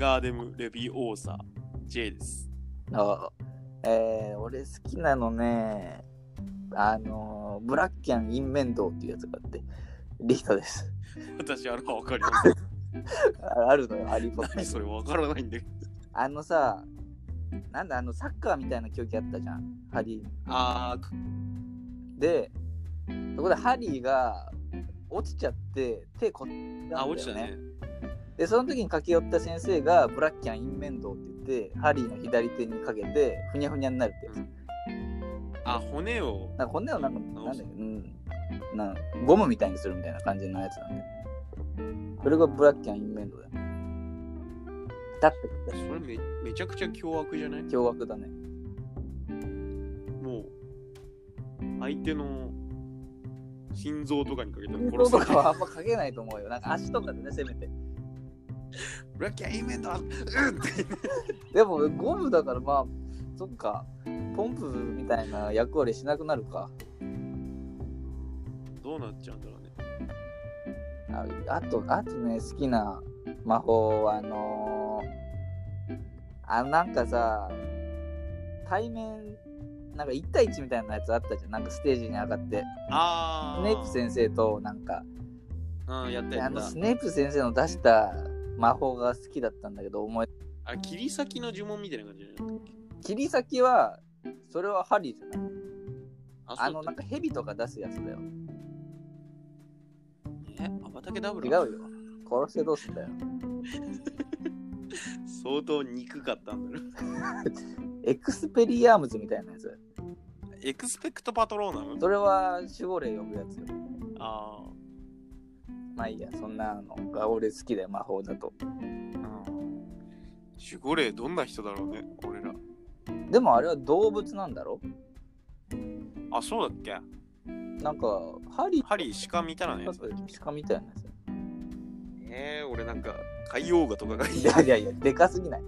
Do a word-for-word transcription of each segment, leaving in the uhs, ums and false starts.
ガーデムレビオーサ J です。 あえー、俺好きなのね、あのブラッキャン・インメンドーっていうやつがあって、リヒトです。 私あれは分かります。 あるのよ、ハリーポッター。 何それ分からないんだけど。 あのさ、なんだあのサッカーみたいな競技あったじゃん、ハリー。 あー。で、そこでハリーが落ちちゃって手こったんだよね。 あ、落ちたね。 で、その時に駆け寄った先生がブラッキャン・インメンドーって言って、ハリーの左手にかけてふにゃふにゃになるってやつ。うん、 あ、骨をなんか骨をなんかなんだっけ、うん、なんゴムみたいにするみたいな感じのやつなんで、それがブラッキャン・インメンドーだよ。だってそれ め, めちゃくちゃ凶悪じゃない？ 凶悪だね。 もう相手の心臓とかにかけたら殺す。心臓とかはあんまかけないと思うよ。なんか足とかでね、せめて。 ブラッキャン・インメンドー、うんってでもゴムだからまあそっか、ポンプみたいな役割しなくなるか。 どうなっちゃうんだろうね。 あ, あとあとね、好きな魔法はあのー、あなんかさ、対面なんかいち対いちみたいなやつあったじゃん。なんかステージに上がってあスネープ先生となんか、 うん、やったやった。 あのスネープ先生の出した魔法が好きだったんだけど、思いあ、切り裂きの呪文みたいな感じじゃない？ 切り裂きはそれはハリーじゃない？ あ, あのなんか蛇とか出すやつだよ。 え、アバタケダブル？ 違うよ、殺してどうすんだよ。 相当憎かったんだろ。 エクスペリアームズみたいなやつ。 エクスペクトパトローナム？ それは守護霊呼ぶやつよ。 ああ。 まあいいや、そんなのが俺好きだよ、魔法だと。 守護霊どんな人だろうね、俺ら。 でもあれは動物なんだろ？ あ、そうだっけ？ なんかハリーハリー鹿みたいなやつ。 鹿みたいなやつ。 えー、俺なんか海洋画とかがいい。 いやいやいや、でかすぎない？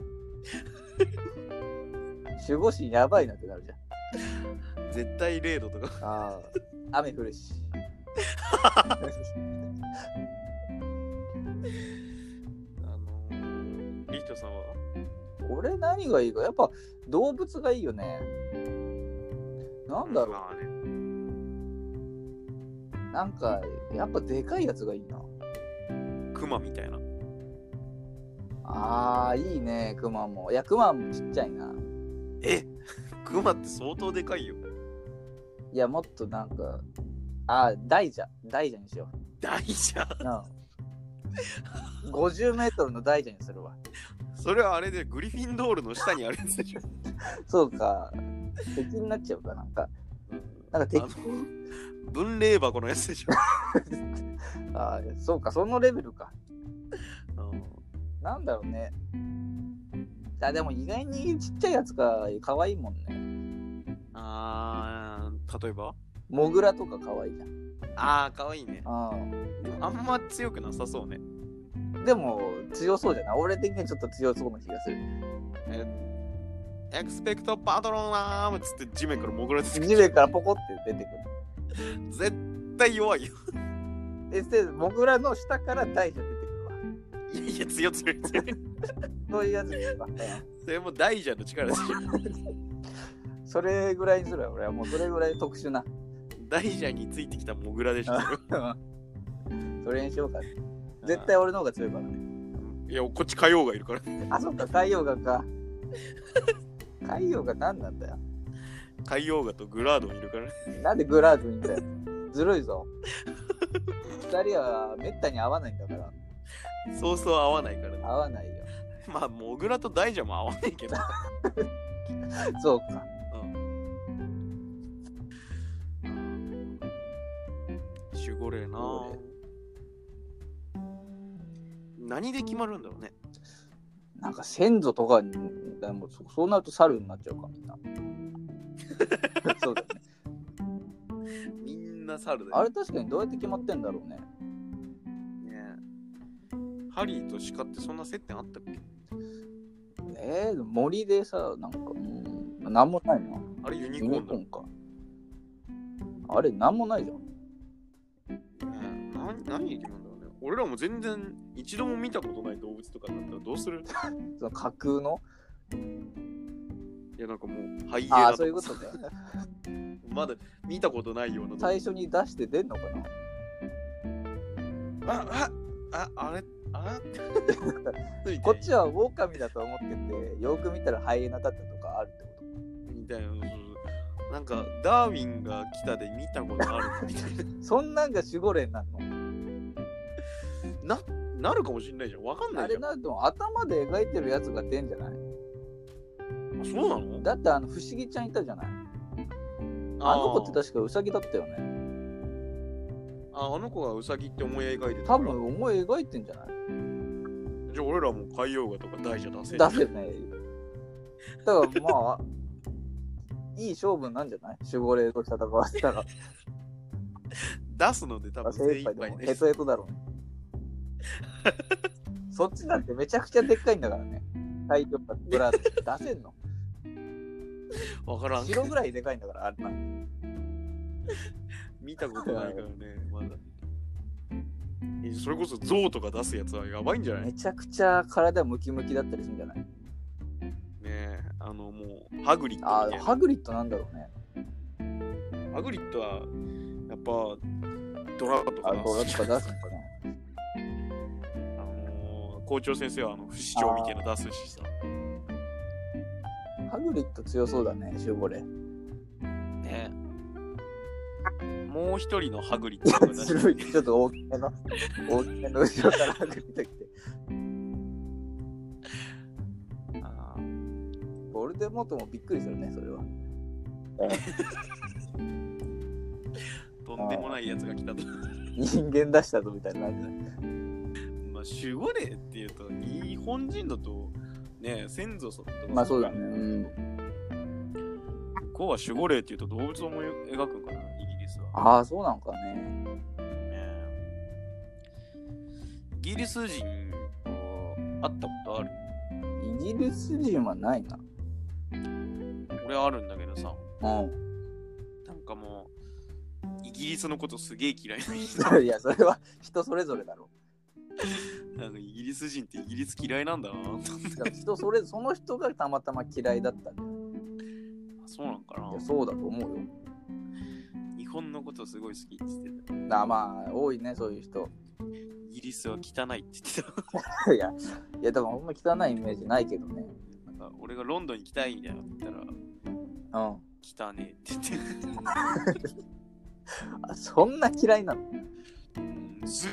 守護神やばいなってなるじゃん。絶対零度とか。 ああ、雨降るし。 あのー、リヒトさんは？ 俺何がいいか、やっぱ動物がいいよね。なんだろう、まあね、なんかやっぱでかいやつがいいな。 クマみたいな。 ああ、いいね、クマも。いや、クマもちっちゃいな。 え、クマって相当でかいよ。 いや、もっとなんか、ああ、大蛇、大蛇にしよう。 大蛇？ うん、ごじゅうメートルの大蛇にするわ。 それはあれでグリフィンドールの下にあるやつでしょ。 そうか、敵になっちゃうかなんか。なんか敵。 分霊箱のやつでしょ。 ああ、そうか、そのレベルか。 うん、 なんだろうね。あ、でも意外にちっちゃいやつが可愛いもんね。 あー、例えばモグラとか可愛いじゃん。 あー、可愛いね。 ああんま強くなさそうね。 でも強そうじゃない？俺的にはちょっと強そうな気がする。 え、エクスペクトパトロナームっつって地面からモグラ出てくる。 地面からポコって出てくる。絶対弱いよ。 え、でモグラの下から大蛇出てくるわ。 いやいや、強強い強い。 そういうやつですか。 それも大蛇の力ですよ。 それぐらいにするわ。俺はもうそれぐらい特殊な。 大蛇についてきたモグラでしょ。 それにしようか。絶対俺の方が強いからね。 いや、こっち海洋がいるから。 あ、そっか、海洋画か。海洋画何なんだよ。 海洋画とグラードンいるから。 なんでグラードンいんだよ。ずるいぞ。二人はめったに合わないんだから。 そうそう合わないからね。 合わないよ。 まあ、モグラと大蛇も合わないけど。 そうか。 うん。守護霊なぁ。何で決まるんだろうね。 なんか先祖とかに、でもそうなると猿になっちゃうかみんな。そうだね。 みんな猿だよ。 あれ確かにどうやって決まってんだろうね。 ねえ。ハリーと鹿ってそんな接点あったっけ？ えー、森でさ、なんか、うん、なんもないな。 あれユニコーンだ。ユニコーンか。あれなんもないじゃん。 ねえ、何、何で決まるんだろうね。 俺らも全然一度も見たことない動物とかだったらどうする？ その架空のいやなんかもうハイエああ、 ナとかそういうことね。 まだ見たことないような動物。 最初に出して出んのかな。 ああああれあこっちは狼だと思ってて、よく見たらハイエナだったとかあるってこみたいな。なんかダーウィンが来たで見たことあるみたいな。 と。そんなんが守護霊になるの？ ななるかもしんないじゃん。わかんないじゃん。 あれなると頭で描いてるやつが出んじゃない？ あ、そうなの？ だってあの不思議ちゃんいたじゃない。あの子って確かウサギだったよね。 ああの子がウサギって思い描いてた多から。 分思い描いてんじゃない？ じゃあ俺らも海洋画とか大じゃ出せる。 出せね。だからまあいい勝負なんじゃない？守護霊と戦わせたら。 出すので多分精一杯ね。 ヘトヘトだろうね。そっちなんてめちゃくちゃでっかいんだからね。太陽がブラー出せんの？ わからん。 白ぐらいでかいんだからあれな。 見たことないからね、まだ。えそれこそゾウとか出すやつはやばいんじゃない？ めちゃくちゃ体ムキムキだったりするんじゃない？ ねえ、あのもうハグリッドみあたいな。 ハグリッドなんだろうね。 ハグリッドはやっぱドラとかあ出ドラとか出すのかな。 あのー、校長先生はあの不死鳥みたいなの出すしさ。 ハグリッド強そうだね、守護霊。 ねえ。もう一人のハグリッドが出ずるい、ちょっと大きめの、大きめの後ろからハグリッド来て。 あボルデモートもびっくりするね、それは。 とんでもないやつが来たと。 人間出したぞみたいな感じで。 まあ守護霊っていうと日本人だとね先祖とかまあそうだね。うん、 向こうは守護霊っていうと動物を思い描くんかな、イギリスは。 ああ、そうなのかね。 ねイギリス人と会ったことある？ イギリス人はないな。 俺はあるんだけどさ、 うん。 なんかもうイギリスのことすげえ嫌いな人。 いや、それは人それぞれだろ。 なんかイギリス人ってイギリス嫌いなんだなと思って。 人それ、その人がたまたま嫌いだったんだよ。 そうなんかな。 いや、そうだと思うよ。 日本のことすごい好きって言ってた。 あまあ、多いね、そういう人。 イギリスは汚いって言ってた。 いや、いや、でもあんま汚いイメージないけどね。 なんか俺がロンドンに行きたいみたいなの言ったら、 うん。 汚ねえって言ってあ、そんな嫌いなの？ うんず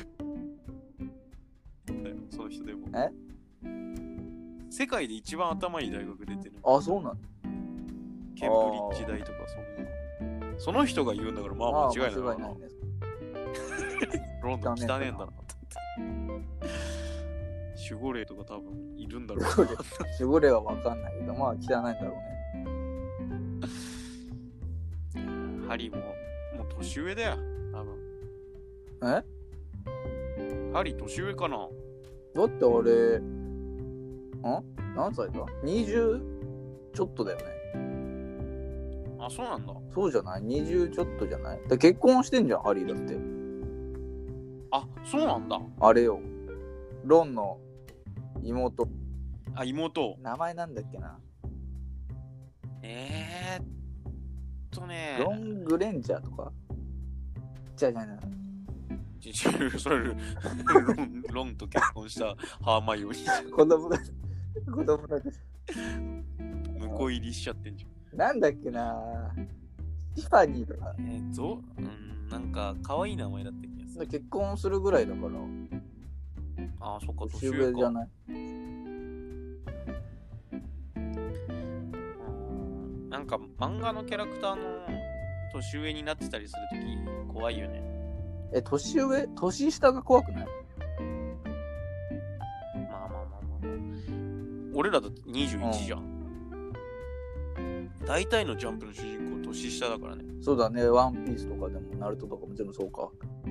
その人でも。 え？ 世界で一番頭いい大学出てる。 あ、そうなの？ ケンブリッジ大とかそんな。その人が言うんだからまあ間違いないな。 間違いないね。 ロンドン汚ねえんだなと思って。守護霊とか多分いるんだろうな。 守護霊は分かんないけど、まあ汚いんだろうね。 ハリーももう年上だよ、多分。 え？ ハリー年上かな？ だって俺、ん？何歳だ？にじゅうちょっとだよね。 あ、そうなんだ。 そうじゃない？にじゅうちょっとじゃない？だ結婚してんじゃん、ハリーだって。 あ、そうなんだ。 あれよ。ロンの妹。 あ、妹。 名前なんだっけな。 えーっとね。 ロン・グレンジャーとか？じゃあじゃあじゃあ。それロン、ロンと結婚したハーマイオニー。 子供だ。子供だ。 向こう入りしちゃってんじゃん。 なんだっけな。ティファニーとか。 えーっと、うん、なんか可愛い名前だった気がする。 結婚するぐらいだから。 あ、そっか、 年上じゃない？ なんか漫画のキャラクターの年上になってたりするとき怖いよね。 え、年上？年下が怖くない？ まあまあまあまあ。俺らだってにじゅういちじゃん。うん、大体のジャンプの主人公年下だからね。 そうだね、ワンピースとかでもナルトとかも全部そうか。 うん。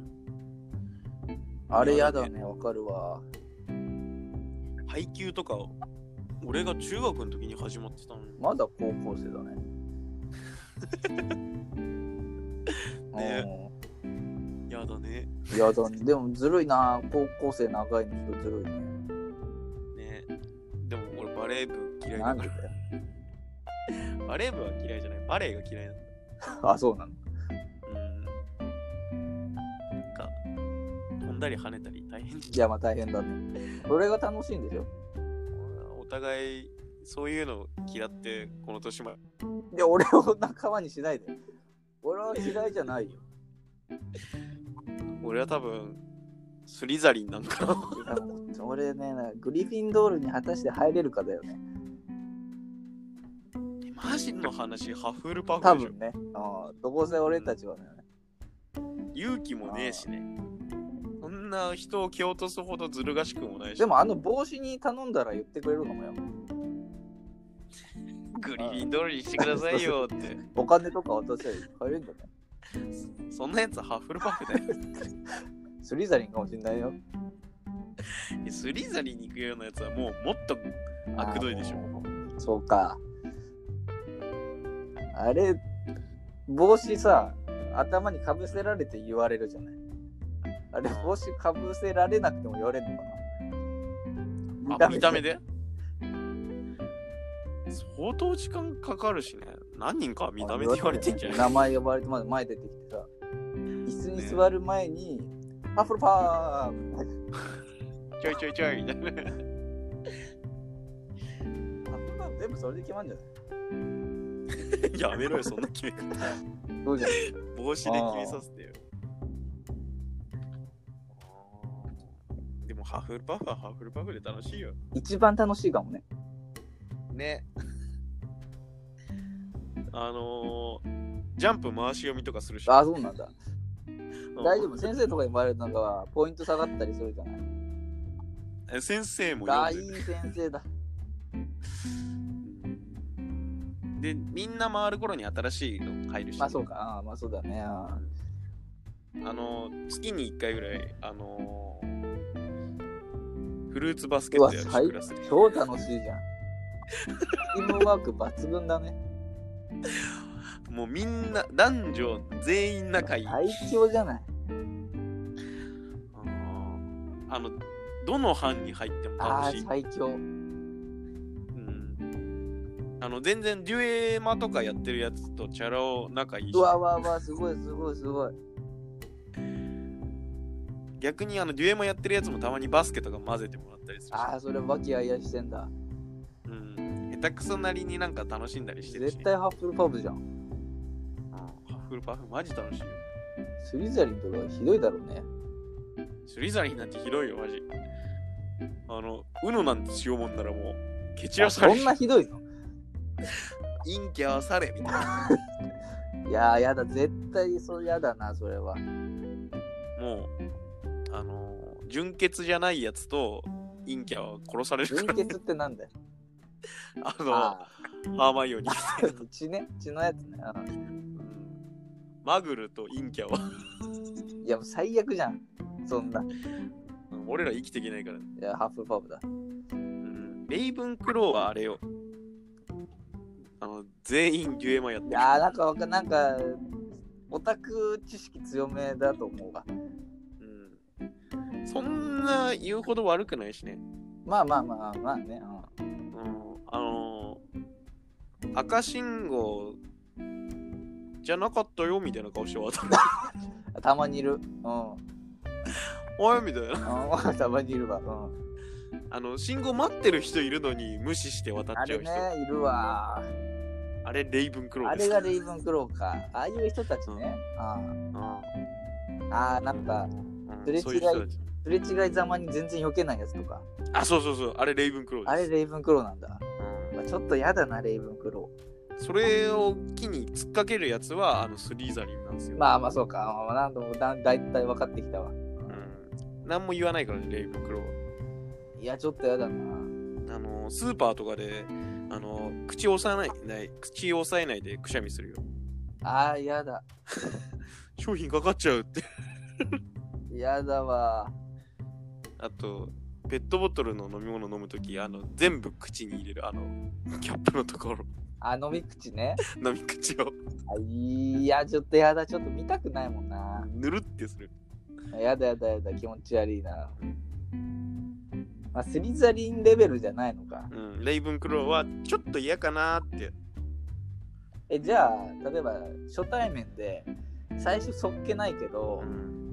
あれやだね、わかるわ。 配給とか俺が中学の時に始まってたのに。 まだ高校生だね。 ね、ややだね。 いやだね。でもずるいな。高校生長いの人ずるいね。 ね。でも俺バレー部嫌いだから。 なんでだよ。 バレー部は嫌いじゃない。バレーが嫌いなんだ。 あ、そうなの。 うん。なんか、飛んだり跳ねたり大変いや、まあ大変だね。それが楽しいんでしょ。 お互い、そういうの嫌って、この年まで。 いや、俺を仲間にしないで。俺は嫌いじゃないよ。 俺は多分、スリザリンなんかな。 いや俺ね、グリフィンドールに果たして入れるかだよね。 マジの話、ハフルパフでしょ。 多分ね。あどこせ俺たちはね。 勇気もねえしね。そんな人を蹴落とすほどずる賢くもないし。 でもあの帽子に頼んだら言ってくれるかもよ。 グリフィンドールにしてくださいよって。 お金とか渡せば入れるんだね。 そんなやつハフルパフだよ。 スリザリンかもしんないよ。 スリザリンに行くようなやつはもうもっと悪どいでしょ。 そうか。あれ、帽子さ、頭にかぶせられて言われるじゃない。あれ、帽子かぶせられなくても言われるのかな。あ、見た目で相当時間かかるしね。何人か見た目で言われてんじゃない。 名前呼ばれてまず前出てきてさ、椅子に座る前に、ハッフルパーちょいちょいちょいみたいな。 ハッフルパー全部それで決まんじゃないやめろよ、そんな決め方。 どうじゃん。 帽子で決めさせてよ。でもハフルパフはハフルパフで楽しいよ。 一番楽しいかもね。 ね。あのー、ジャンプ回し読みとかするし。 あ、そうなんだ。大丈夫。先生とかに言われるのがポイント下がったりするじゃない。 え先生もあ、 読んでる。 いい先生だ。 で、みんな回る頃に新しいの入るし。 まあそうか。あまあそうだね。ああのー、月にいっかいぐらい、あのー、フルーツバスケットやるしクラスで。 超楽しいじゃん。チームワーク抜群だね。 もうみんな、男女全員仲いい。 最強じゃない。 あのー、あのどの班に入っても楽しい。 あ最強。 あの全然デュエマとかやってるやつとチャラ男仲いいし。 うわうわうわすごいすごいすごい。 逆にあのデュエマやってるやつもたまにバスケとか混ぜてもらったりするし。 ああそれ和気あいあいしてんだ。 うん。下手くそなりになんか楽しんだりしてるし。 絶対ハッフルパフじゃん。うん、 ハッフルパフマジ楽しいよ。 スリザリンとかひどいだろうね。 スリザリンなんてひどいよマジ。あのウノなんてしようもんならもう蹴散らされる。 そんなひどいの？ 陰キャはされみたいな。 いやーやだ絶対そうやだなそれは。 もうあのー、純潔じゃないやつと陰キャは殺されるから、ね。 純潔ってなんだよ。 あのあハーマイオニー。 血ね血のやつね。うんうん、マグルと陰キャは。 いやもう最悪じゃんそんな。 俺ら生きていけないから。いやハッフルパフだ。 うん、レイブンクローはあれよ。あの全員デュエマやってる。 いやーなんかわかなんかオタク知識強めだと思うわ。 うん。そんな言うほど悪くないしね。 まあまあまあまあね。 うん、あのー、赤信号じゃなかったよみたいな顔して渡る。 たまにいる。うん。 おいみたいな。 うん、たまにいるわ。うん。 あの信号待ってる人いるのに無視して渡っちゃう人。 あれねいるわ。 あれレイブンクローです。 あれがレイブンクローか。ああいう人たちね。うん、あああなんかすれ違いすれ違いざまに全然避けないやつとか。 あそうそうそうあれレイブンクローです。 あれレイブンクローなんだ。 うんまあ、ちょっとやだなレイブンクロー。それを機に突っかけるやつはあのスリザリンなんですよ。 まあまあそうか。何度もだだいたい分かってきたわ。うん。 何も言わないからねレイブンクローは。 いやちょっとやだな。 あのスーパーとかであの口を押さえない口を押さえないでくしゃみするよ。 ああやだ。 商品かかっちゃうって。 やだわ。 あとペットボトルの飲み物飲むときあの全部口に入れるあのキャップのところ。 あ飲み口ね。 飲み口を。 あいやちょっとやだちょっと見たくないもんな。 ぬるってする。 やだやだやだ、気持ち悪いな。まあ、スリザリンレベルじゃないのか。 うん、レイブンクローはちょっと嫌かなーって。 え、じゃあ、例えば初対面で最初そっけないけど、うん、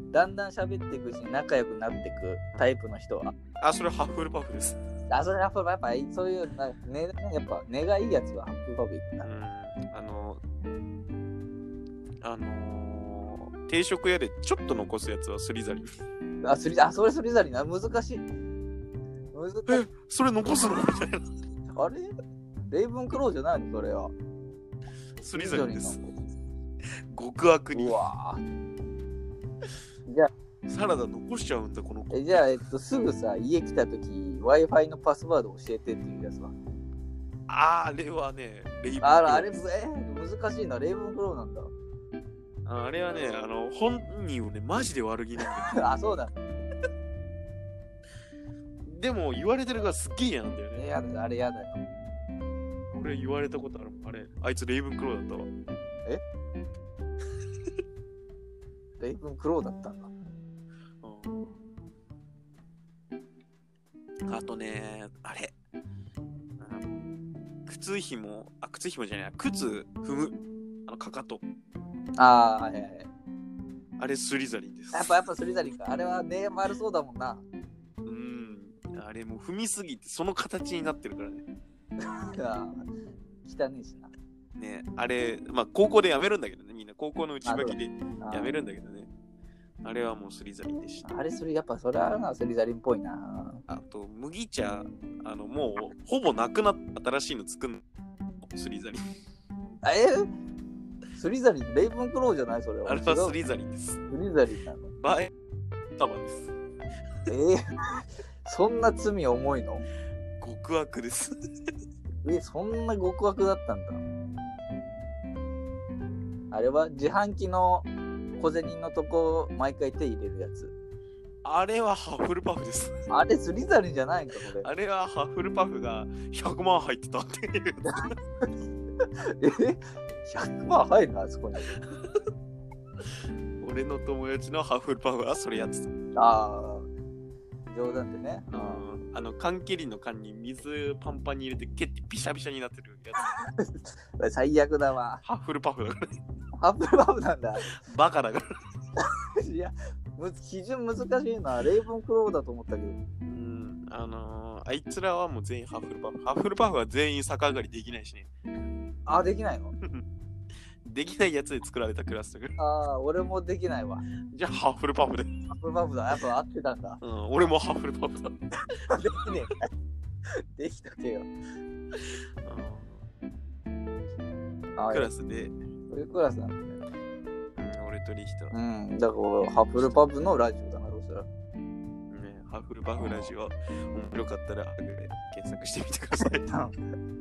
だんだん喋っていくし仲良くなっていくタイプの人は。 あ、それハッフルパフです。 あ、それやっぱやっぱそういうな、ね、やっぱ根がいいやつはハッフルパフいくな。 うん、あのあのー、定食屋でちょっと残すやつはスリザリン。 あ、スリあ、それスリザリンな、難しい。難しい。 え、それ残すのみたいな。 あれレイブンクローじゃないのそれは。 スリザリンです。極悪に。 うわじゃあ、 サラダ残しちゃうんだ、この子。 えじゃあ、えっと、すぐさ、家来たとき、Wi-Fi のパスワード教えてっていうやつは。 あー、あれはね、レイブンクロー。 あら、あれ、えー、難しいな、レイブンクローなんだ。 あれはね、あの、本人をね、マジで悪気なんだよ。 あ、そうだ。 でも、言われてるからすっげえ嫌なんだよね。 え、やだ、あれやだよ。 俺言われたことあるもん。あれ、あいつレイブンクローだったわ。 えレイブンクローだったんだ。 うん、あとね、あれ。靴ひも、あ、靴ひもじゃない、靴踏む。あの、かかと。 ああ、はいはいはい。 あれ、スリザリンです。 やっぱ、やっぱスリザリンか。あれはね、丸そうだもんな。 うん。あれ、もう踏みすぎて、その形になってるからね。 汚ねえしな。 ね、あれ、まあ、高校でやめるんだけどね、みんな高校の内巻きでやめるんだけどね。あれはもうスリザリンでした。 あれ、それ、やっぱそれはな、スリザリンっぽいな。 あと、麦茶、あの、もう、ほぼなくなった新しいの作るの、スリザリン。 えスリザリン、レイブンクローじゃないそれは。 あれはスリザリンです。 スリザリンなの。 バエタバです。 えー、そんな罪重いの？ 極悪です。 え、そんな極悪だったんだ。あれは自販機の小銭のとこ毎回手入れるやつ。 あれはハッフルパフです。 あれスリザリンじゃないんかこれ。 あれはハッフルパフがひゃくまん入ってたっていう。 えひゃくまん入るのあそこに。 俺の友達のハッフルパフはそれやってた。 ああ、冗談でね。 うん、あの缶切りの缶に水パンパンに入れて蹴ってビシャビシャになってるやつ。最悪だわ。 ハッフルパフだからね。 ハッフルパフなんだ。 バカだから。 いや、基準難しいな。レイブンクローだと思ったけど。 うん、あのー、あいつらはもう全員ハッフルパフ。ハッフルパフは全員逆上がりできないしね。 あ、できないの？ できないやつで作られたクラスだから。 ああ、俺もできないわ。 じゃあハッフルパフで。 ハッフルパフだ。やっぱ合ってたんだ。 うん、俺もハッフルパフだ。 できねえ。できとけよ。 あクラスで。 俺クラスなんだね。 うん、俺とリヒト。 うん、だからハッフルパフのラジオだな、どうしたら。ね、 ハッフルパフラジオ、面白かったら、検索してみてください。